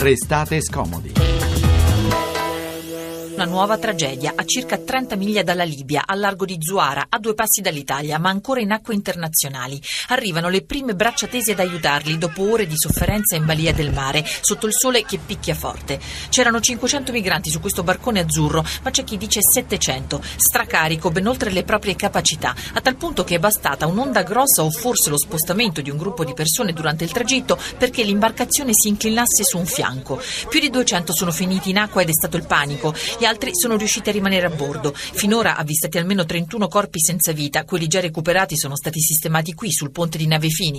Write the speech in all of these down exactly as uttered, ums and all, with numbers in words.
Restate scomodi. Una nuova tragedia a circa trenta miglia dalla Libia, al largo di Zuara, a due passi dall'Italia, ma ancora in acque internazionali. Arrivano le prime braccia tese ad aiutarli dopo ore di sofferenza in balia del mare, sotto il sole che picchia forte. C'erano cinquecento migranti su questo barcone azzurro, ma c'è chi dice settecento, stracarico ben oltre le proprie capacità, a tal punto che è bastata un'onda grossa o forse lo spostamento di un gruppo di persone durante il tragitto perché l'imbarcazione si inclinasse su un fianco. Più di duecento sono finiti in acqua ed è stato il panico. Gli altri sono riusciti a rimanere a bordo. Finora avvistati almeno trentuno corpi senza vita. Quelli già recuperati sono stati sistemati qui sul ponte di Nave Phoenix.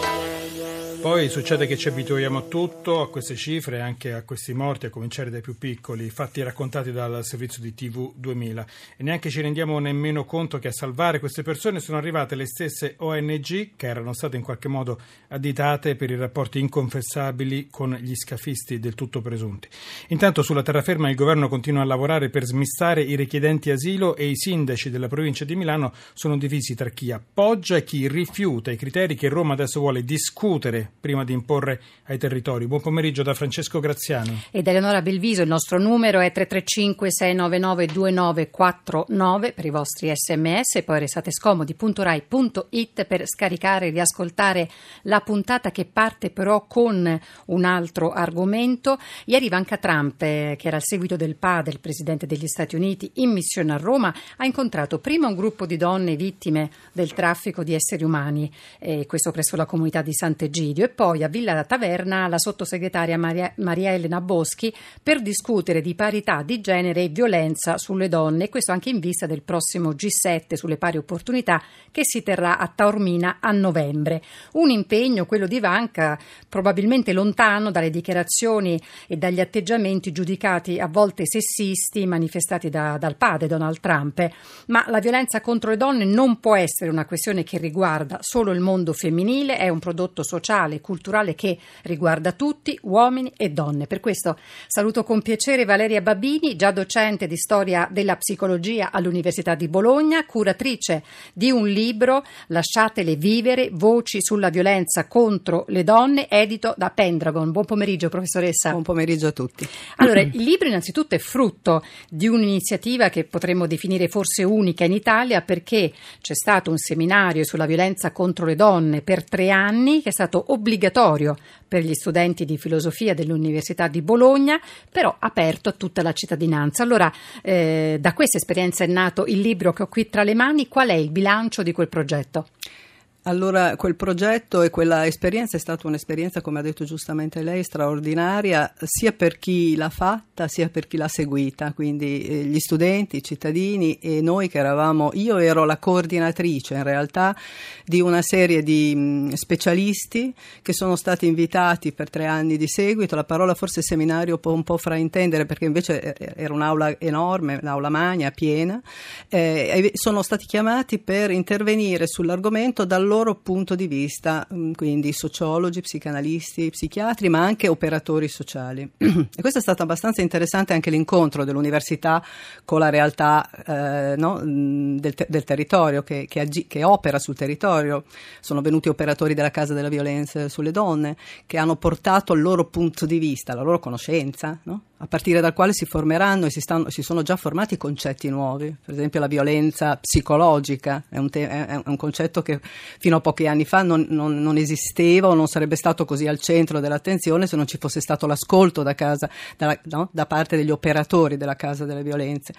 Poi succede che ci abituiamo a tutto, a queste cifre, anche a questi morti, a cominciare dai più piccoli, fatti raccontati dal servizio di tivù duemila. E neanche ci rendiamo nemmeno conto che a salvare queste persone sono arrivate le stesse O N G che erano state in qualche modo additate per i rapporti inconfessabili con gli scafisti del tutto presunti. Intanto sulla terraferma il governo continua a lavorare per smistare i richiedenti asilo e i sindaci della provincia di Milano sono divisi tra chi appoggia e chi rifiuta i criteri che Roma adesso vuole discutere prima di imporre ai territori. Buon pomeriggio da Francesco Graziano. E da Eleonora Belviso. Il nostro numero è tre tre cinque sei nove nove due nove quattro nove per i vostri sms e poi restate scomodi punto rai punto it per scaricare e riascoltare la puntata, che parte però con un altro argomento. Ieri Ivanka Trump, eh, che era al seguito del P A del presidente degli Stati Uniti in missione a Roma, ha incontrato prima un gruppo di donne vittime del traffico di esseri umani, eh, questo presso la comunità di Sant'Egidio, e poi a Villa Taverna la sottosegretaria Maria, Maria Elena Boschi per discutere di parità di genere e violenza sulle donne, e questo anche in vista del prossimo G sette sulle pari opportunità che si terrà a Taormina a novembre. Un impegno, quello di Ivanka, probabilmente lontano dalle dichiarazioni e dagli atteggiamenti giudicati a volte sessisti manifestati da, dal padre Donald Trump, ma la violenza contro le donne non può essere una questione che riguarda solo il mondo femminile, è un prodotto sociale e culturale che riguarda tutti, uomini e donne. Per questo saluto con piacere Valeria Babini, già docente di storia della psicologia all'Università di Bologna, curatrice di un libro, Lasciatele vivere, voci sulla violenza contro le donne, edito da Pendragon. Buon pomeriggio, professoressa. Buon pomeriggio a tutti. Allora, il libro innanzitutto è frutto di un'iniziativa che potremmo definire forse unica in Italia, perché c'è stato un seminario sulla violenza contro le donne per tre anni che è stato obbligatorio per gli studenti di filosofia dell'Università di Bologna, però aperto a tutta la cittadinanza. Allora, eh, da questa esperienza è nato il libro che ho qui tra le mani. Qual è il bilancio di quel progetto? Allora, quel progetto e quella esperienza è stata un'esperienza, come ha detto giustamente lei, straordinaria, sia per chi l'ha fatta sia per chi l'ha seguita, quindi eh, gli studenti, i cittadini e noi che eravamo, io ero la coordinatrice in realtà di una serie di mh, specialisti che sono stati invitati per tre anni di seguito. La parola forse seminario può un po' fraintendere, perché invece era un'aula enorme, un'aula magna, piena, eh, e sono stati chiamati per intervenire sull'argomento dal loro punto di vista, quindi sociologi, psicanalisti, psichiatri, ma anche operatori sociali. E questo è stato abbastanza interessante, anche l'incontro dell'università con la realtà eh, no, del, del territorio che, che, agi, che opera sul territorio. Sono venuti operatori della Casa della Violenza sulle Donne che hanno portato il loro punto di vista, la loro conoscenza, no? A partire dal quale si formeranno e si, stanno, si sono già formati concetti nuovi. Per esempio la violenza psicologica è un, te, è un concetto che fino a pochi anni fa non, non, non esisteva o non sarebbe stato così al centro dell'attenzione se non ci fosse stato l'ascolto da, casa, da, no? da parte degli operatori della Casa delle Violenze.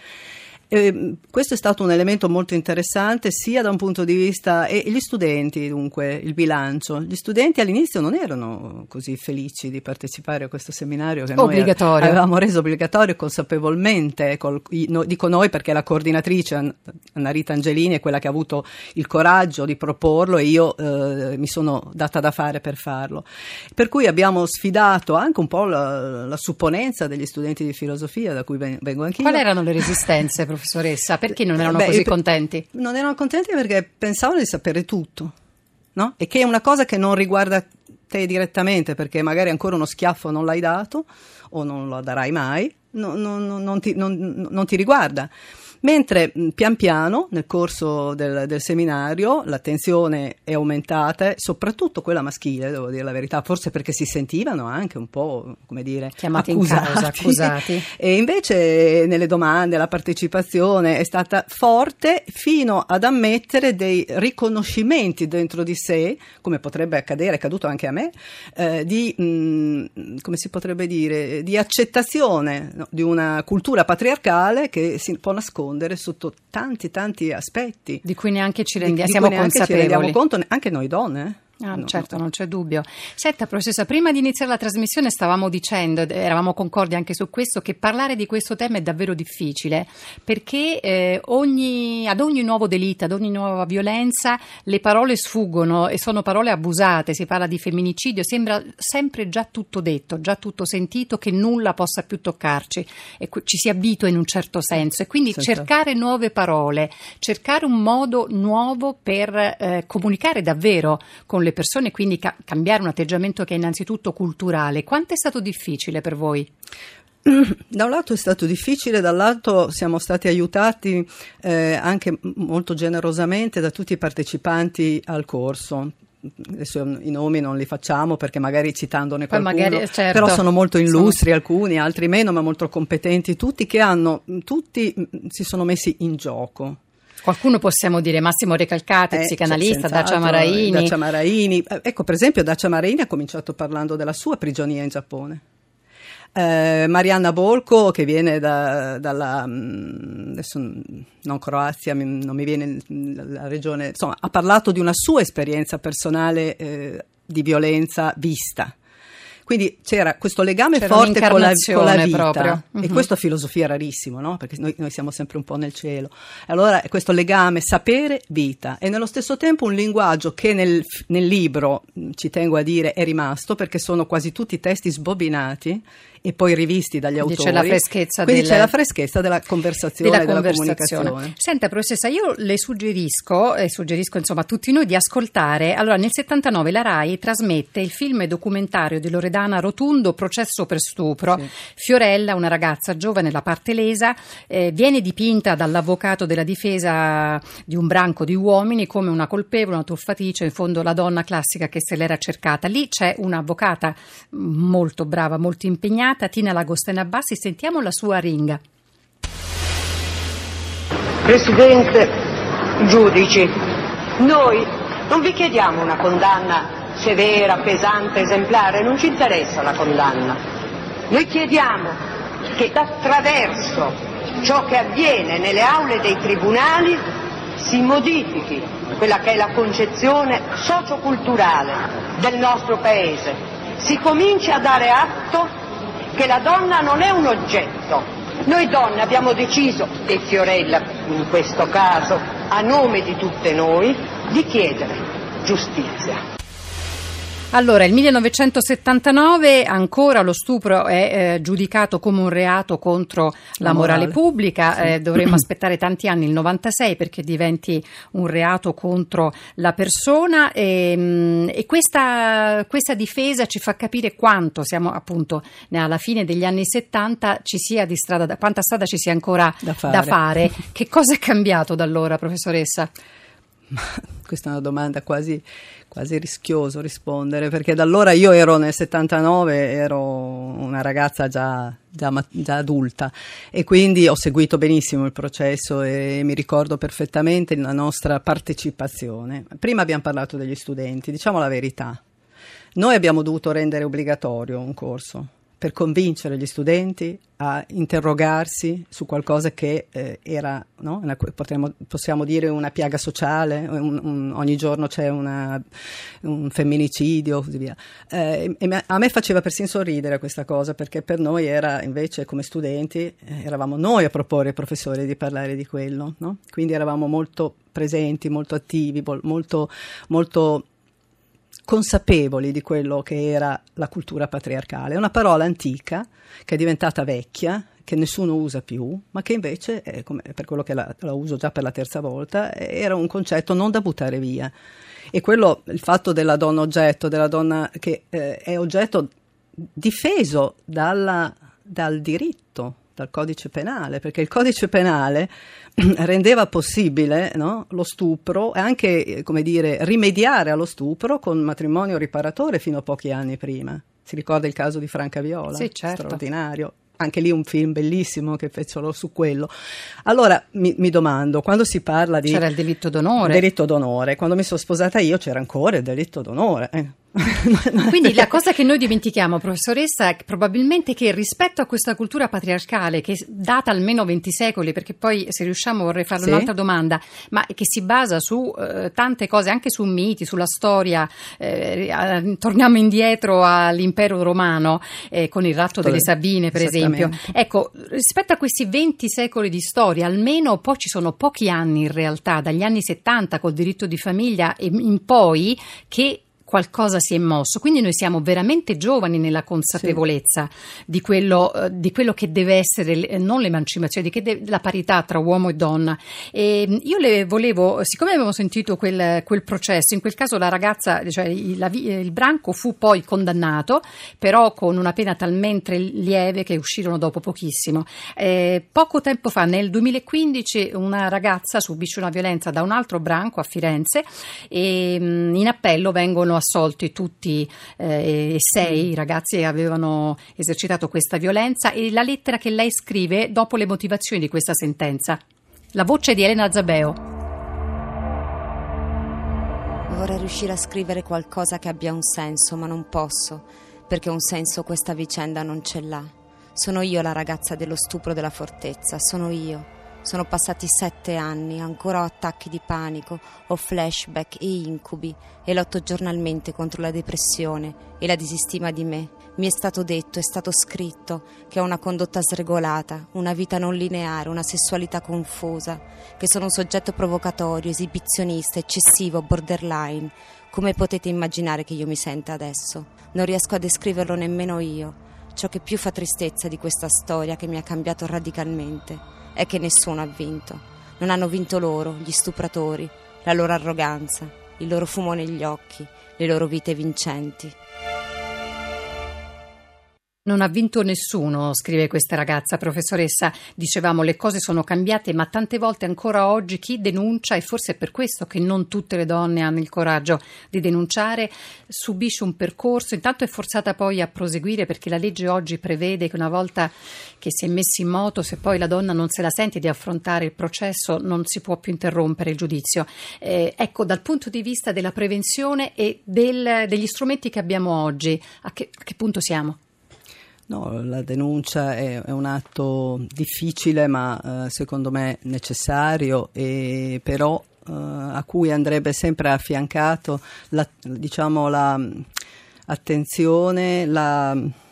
Eh, questo è stato un elemento molto interessante sia da un punto di vista, e gli studenti, dunque il bilancio, gli studenti all'inizio non erano così felici di partecipare a questo seminario che noi avevamo reso obbligatorio consapevolmente, col, no, dico noi perché la coordinatrice Anna Rita Angelini è quella che ha avuto il coraggio di proporlo e io eh, mi sono data da fare per farlo, per cui abbiamo sfidato anche un po' la, la supponenza degli studenti di filosofia, da cui vengo anch'io. Quali erano le resistenze, professoressa? Perché non erano Beh, così contenti? Non erano contenti perché pensavano di sapere tutto, no? E che è una cosa che non riguarda te direttamente, perché magari ancora uno schiaffo non l'hai dato o non lo darai mai, no, no, no, non, ti, non, non ti riguarda. Mentre mh, pian piano nel corso del, del seminario l'attenzione è aumentata, soprattutto quella maschile, devo dire la verità, forse perché si sentivano anche un po', come dire, chiamati accusati. in causa, accusati. E invece nelle domande la partecipazione è stata forte fino ad ammettere dei riconoscimenti dentro di sé, come potrebbe accadere, è accaduto anche a me, eh, di, mh, come si potrebbe dire, di accettazione, no, di una cultura patriarcale che si può nascondere sotto tanti tanti aspetti di cui neanche ci rendiamo, di, siamo di cui neanche consapevoli. ci rendiamo conto, anche noi donne. Ah, no, certo, no. non c'è dubbio. Senta, professoressa, prima di iniziare la trasmissione stavamo dicendo, eravamo concordi anche su questo, che parlare di questo tema è davvero difficile, perché eh, ogni, ad ogni nuovo delitto, ad ogni nuova violenza, le parole sfuggono e sono parole abusate. Si parla di femminicidio, sembra sempre già tutto detto, già tutto sentito, che nulla possa più toccarci e ci si abitua in un certo senso. E quindi Senza. cercare nuove parole, cercare un modo nuovo per eh, comunicare davvero con le le persone, quindi ca- cambiare un atteggiamento che è innanzitutto culturale. Quanto è stato difficile per voi? Da un lato è stato difficile, dall'altro siamo stati aiutati eh, anche molto generosamente da tutti i partecipanti al corso. Adesso i nomi non li facciamo perché magari citandone Poi qualcuno, magari, certo, però sono molto illustri, sono... alcuni, altri meno, ma molto competenti, tutti che hanno, tutti si sono messi in gioco. Qualcuno possiamo dire Massimo Recalcati, eh, psicanalista, cioè, Dacia Maraini. Dacia Maraini. Ecco, per esempio, Dacia Maraini ha cominciato parlando della sua prigionia in Giappone. Eh, Marianna Bolco, che viene da, dalla adesso non Croazia, non mi viene la regione, insomma, ha parlato di una sua esperienza personale eh, di violenza vista. Quindi c'era questo legame c'era forte con la, con la vita proprio. E uh-huh. Questo filosofia è rarissimo, no? Perché noi, noi siamo sempre un po' nel cielo. Allora questo legame sapere-vita e nello stesso tempo un linguaggio che nel, nel libro, ci tengo a dire, è rimasto perché sono quasi tutti testi sbobinati e poi rivisti dagli Quindi autori. C'è la freschezza Quindi del... c'è la freschezza della conversazione, della, della conversazione. comunicazione. Senta, professoressa, io le suggerisco, e suggerisco insomma a tutti noi di ascoltare. Allora, nel settantanove la RAI trasmette il film documentario di Loredana Rotundo, Processo per stupro. Sì. Fiorella, una ragazza giovane, la parte lesa, eh, viene dipinta dall'avvocato della difesa di un branco di uomini come una colpevole, una truffatrice, in fondo la donna classica che se l'era cercata. Lì c'è un'avvocata molto brava, molto impegnata, Tina Lagostena Bassi. Sentiamo la sua ringa. Presidente, giudici, noi non vi chiediamo una condanna severa, pesante, esemplare, non ci interessa la condanna. Noi chiediamo che attraverso ciò che avviene nelle aule dei tribunali si modifichi quella che è la concezione socioculturale del nostro Paese. Si cominci a dare atto che la donna non è un oggetto. Noi donne abbiamo deciso, e Fiorella in questo caso, a nome di tutte noi, di chiedere giustizia. Allora, il millenovecentosettantanove ancora lo stupro è eh, giudicato come un reato contro la, la morale. morale pubblica, sì. eh, dovremmo aspettare tanti anni, il novantasei, perché diventi un reato contro la persona e, e questa, questa difesa ci fa capire quanto siamo appunto alla fine degli anni settanta, ci sia di strada, da, quanta strada ci sia ancora da fare. da fare. Che cosa è cambiato da allora, professoressa? Ma questa è una domanda quasi, quasi rischioso rispondere, perché da allora io ero nel settantanove, ero una ragazza già, già, già adulta e quindi ho seguito benissimo il processo e mi ricordo perfettamente la nostra partecipazione. Prima abbiamo parlato degli studenti, diciamo la verità, noi abbiamo dovuto rendere obbligatorio un corso per convincere gli studenti a interrogarsi su qualcosa che eh, era, no? una, potremmo, possiamo dire una piaga sociale, un, un, ogni giorno c'è una, un femminicidio, così via. Eh, e a me faceva persino sorridere questa cosa, perché per noi era invece, come studenti, eh, eravamo noi a proporre ai professori di parlare di quello, no? Quindi eravamo molto presenti, molto attivi, molto, molto consapevoli di quello che era la cultura patriarcale. È una parola antica che è diventata vecchia, che nessuno usa più, ma che invece, è come, per quello che la, la uso già per la terza volta, era un concetto non da buttare via. E quello, il fatto della donna oggetto, della donna che eh, è oggetto difeso dalla, dal diritto, dal codice penale, perché il codice penale rendeva possibile, no, lo stupro e anche, come dire, rimediare allo stupro con matrimonio riparatore fino a pochi anni prima. Si ricorda il caso di Franca Viola? Sì, certo. Straordinario. Anche lì un film bellissimo che fecero su quello. Allora mi, mi domando, quando si parla di... C'era il delitto d'onore. Delitto d'onore. Quando mi sono sposata io c'era ancora il delitto d'onore. Eh. Quindi la cosa che noi dimentichiamo, professoressa, è probabilmente che rispetto a questa cultura patriarcale che data almeno venti secoli, perché poi se riusciamo vorrei farle sì. un'altra domanda, ma che si basa su eh, tante cose, anche su miti, sulla storia, eh, eh, torniamo indietro all'impero romano eh, con il ratto delle Sabine per esempio. Ecco, rispetto a questi venti secoli di storia, almeno poi ci sono pochi anni in realtà, dagli anni settanta col diritto di famiglia e in poi, che qualcosa si è mosso, quindi noi siamo veramente giovani nella consapevolezza sì. di, quello, di quello che deve essere, non l'emancipazione, di che deve, la parità tra uomo e donna. E io le volevo, siccome avevo sentito quel, quel processo, in quel caso la ragazza, cioè il, la, il branco fu poi condannato, però con una pena talmente lieve che uscirono dopo pochissimo. Eh, poco tempo fa, nel duemilaquindici, una ragazza subisce una violenza da un altro branco a Firenze e in appello vengono assolti tutti e eh, sei i ragazzi che avevano esercitato questa violenza, e la lettera che lei scrive dopo le motivazioni di questa sentenza. La voce di Elena Zabeo. Vorrei riuscire a scrivere qualcosa che abbia un senso, ma non posso, perché un senso questa vicenda non ce l'ha. Sono io la ragazza dello stupro della fortezza, sono io. Sono passati sette anni, ancora ho attacchi di panico, ho flashback e incubi e lotto giornalmente contro la depressione e la disistima di me. Mi è stato detto, è stato scritto che ho una condotta sregolata, una vita non lineare, una sessualità confusa, che sono un soggetto provocatorio, esibizionista, eccessivo, borderline. Come potete immaginare che io mi senta adesso? Non riesco a descriverlo nemmeno io. Ciò che più fa tristezza di questa storia, che mi ha cambiato radicalmente, è che nessuno ha vinto. Non hanno vinto loro, gli stupratori, la loro arroganza, il loro fumo negli occhi, le loro vite vincenti. Non ha vinto nessuno, scrive questa ragazza. Professoressa, dicevamo, le cose sono cambiate, ma tante volte ancora oggi chi denuncia, e forse è per questo che non tutte le donne hanno il coraggio di denunciare, subisce un percorso, intanto è forzata poi a proseguire, perché la legge oggi prevede che una volta che si è messo in moto, se poi la donna non se la sente di affrontare il processo, non si può più interrompere il giudizio. Eh, ecco, dal punto di vista della prevenzione e del, degli strumenti che abbiamo oggi, a che, a che punto siamo? No, la denuncia è, è un atto difficile, ma eh, secondo me necessario, e però eh, a cui andrebbe sempre affiancato la, diciamo, la attenzione la,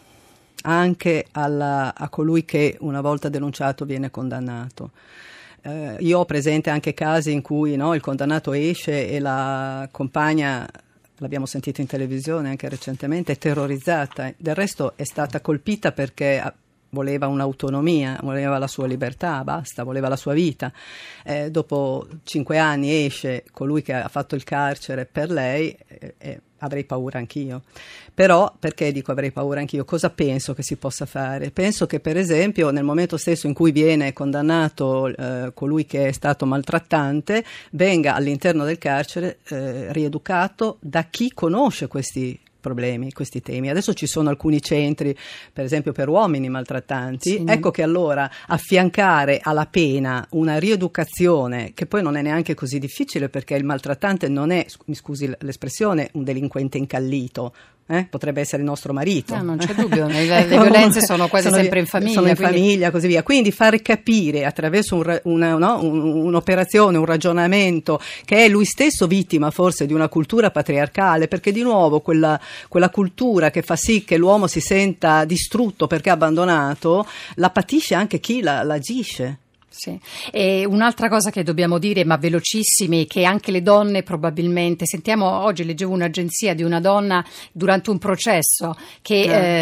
anche alla, a colui che una volta denunciato viene condannato. Eh, io ho presente anche casi in cui, no, il condannato esce e la compagna, l'abbiamo sentito in televisione anche recentemente, è terrorizzata. Del resto è stata colpita perché voleva un'autonomia, voleva la sua libertà, basta, voleva la sua vita. Eh, dopo cinque anni esce colui che ha fatto il carcere per lei, eh, eh, avrei paura anch'io. Però, perché dico avrei paura anch'io? Cosa penso che si possa fare? Penso che, per esempio, nel momento stesso in cui viene condannato eh, colui che è stato maltrattante, venga all'interno del carcere eh, rieducato da chi conosce questi problemi, questi temi. Adesso ci sono alcuni centri, per esempio per uomini maltrattanti, sì. Ecco che allora affiancare alla pena una rieducazione, che poi non è neanche così difficile, perché il maltrattante non è, mi scusi l'espressione, un delinquente incallito. Eh? Potrebbe essere il nostro marito. No, non c'è dubbio, le, le violenze sono quasi sono, sempre in famiglia. Sono in quindi... famiglia, così via. Quindi fare capire attraverso un, una, no, un, un'operazione, un ragionamento, che è lui stesso vittima forse di una cultura patriarcale, perché di nuovo quella, quella cultura che fa sì che l'uomo si senta distrutto perché abbandonato, la patisce anche chi la, l'agisce. Sì. E un'altra cosa che dobbiamo dire, ma velocissimi, che anche le donne probabilmente, sentiamo oggi, leggevo un'agenzia di una donna durante un processo che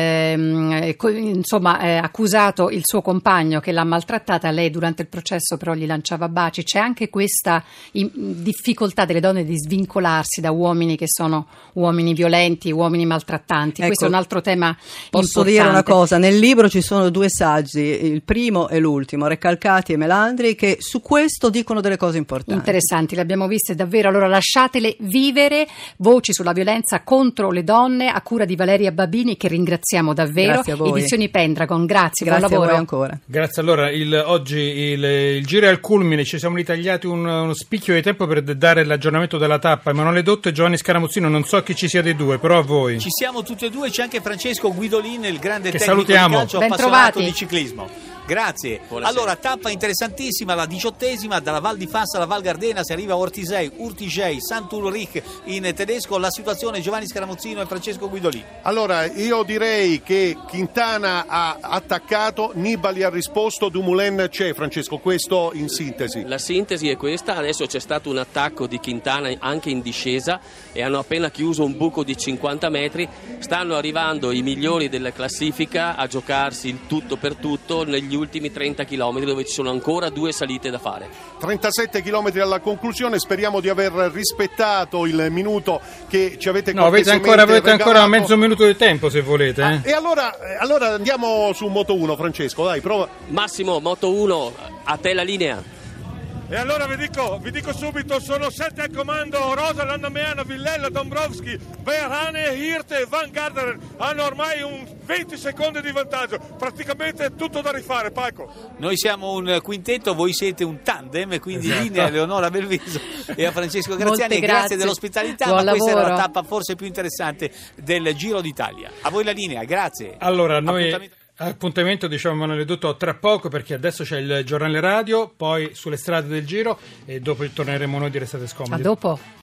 eh. Eh, insomma ha eh, accusato il suo compagno che l'ha maltrattata, lei durante il processo però gli lanciava baci. C'è anche questa in, difficoltà delle donne di svincolarsi da uomini che sono uomini violenti, uomini maltrattanti. Ecco, questo è un altro tema posso importante. dire una cosa, nel libro ci sono due saggi, il primo e l'ultimo, Recalcati e Melandri, che su questo dicono delle cose importanti. Interessanti, le abbiamo viste davvero. Allora lasciatele vivere, voci sulla violenza contro le donne, a cura di Valeria Babini, che ringraziamo davvero. Grazie a voi. Edizioni Pendragon, grazie, grazie buon lavoro. A voi ancora. Grazie. Allora, il, oggi il, il giro è al culmine, ci siamo ritagliati un, uno spicchio di tempo per dare l'aggiornamento della tappa. Emanuele Dotto e Giovanni Scaramuzzino, non so chi ci sia dei due, però a voi. Ci siamo tutti e due, c'è anche Francesco Guidolin, il grande che tecnico salutiamo. di calcio, Ben appassionato trovati. di ciclismo. Grazie. Buonasera. Allora, tappa interessantissima, la diciottesima, dalla Val di Fassa alla Val Gardena, si arriva a Ortisei, Urtigei, Sant'Ulrich in tedesco. La situazione, Giovanni Scaramuzzino e Francesco Guidolin. Allora, io direi che Quintana ha attaccato, Nibali ha risposto, Dumoulin c'è, Francesco, questo in sintesi. La sintesi è questa, adesso c'è stato un attacco di Quintana anche in discesa e hanno appena chiuso un buco di cinquanta metri, stanno arrivando i migliori della classifica a giocarsi il tutto per tutto negli ultimi trenta chilometri, dove ci sono ancora due salite da fare. trentasette chilometri alla conclusione, speriamo di aver rispettato il minuto che ci avete No, avete ancora, avete ancora mezzo minuto di tempo se volete. Eh? Ah, e allora, allora andiamo su Moto uno, Francesco, dai, prova. Massimo, Moto uno, a te la linea. E allora vi dico, vi dico subito, sono sette al comando: Rosa, Landameano, Villella, Dombrovski, Verane, Hirt e Van Gardner hanno ormai un venti secondi di vantaggio, praticamente tutto da rifare. Paco. Noi siamo un quintetto, voi siete un tandem, quindi esatto. linea a Eleonora Belviso e a Francesco Graziani. Molte Grazie. grazie dell'ospitalità, Buon ma questa lavoro. era la tappa forse più interessante del Giro d'Italia. A voi la linea, grazie. Allora, noi... Appuntamento... Appuntamento, diciamo, Emanuele Dotto, tra poco, perché adesso c'è il giornale radio, poi sulle strade del Giro e dopo torneremo noi di Restate Scomodi. A dopo.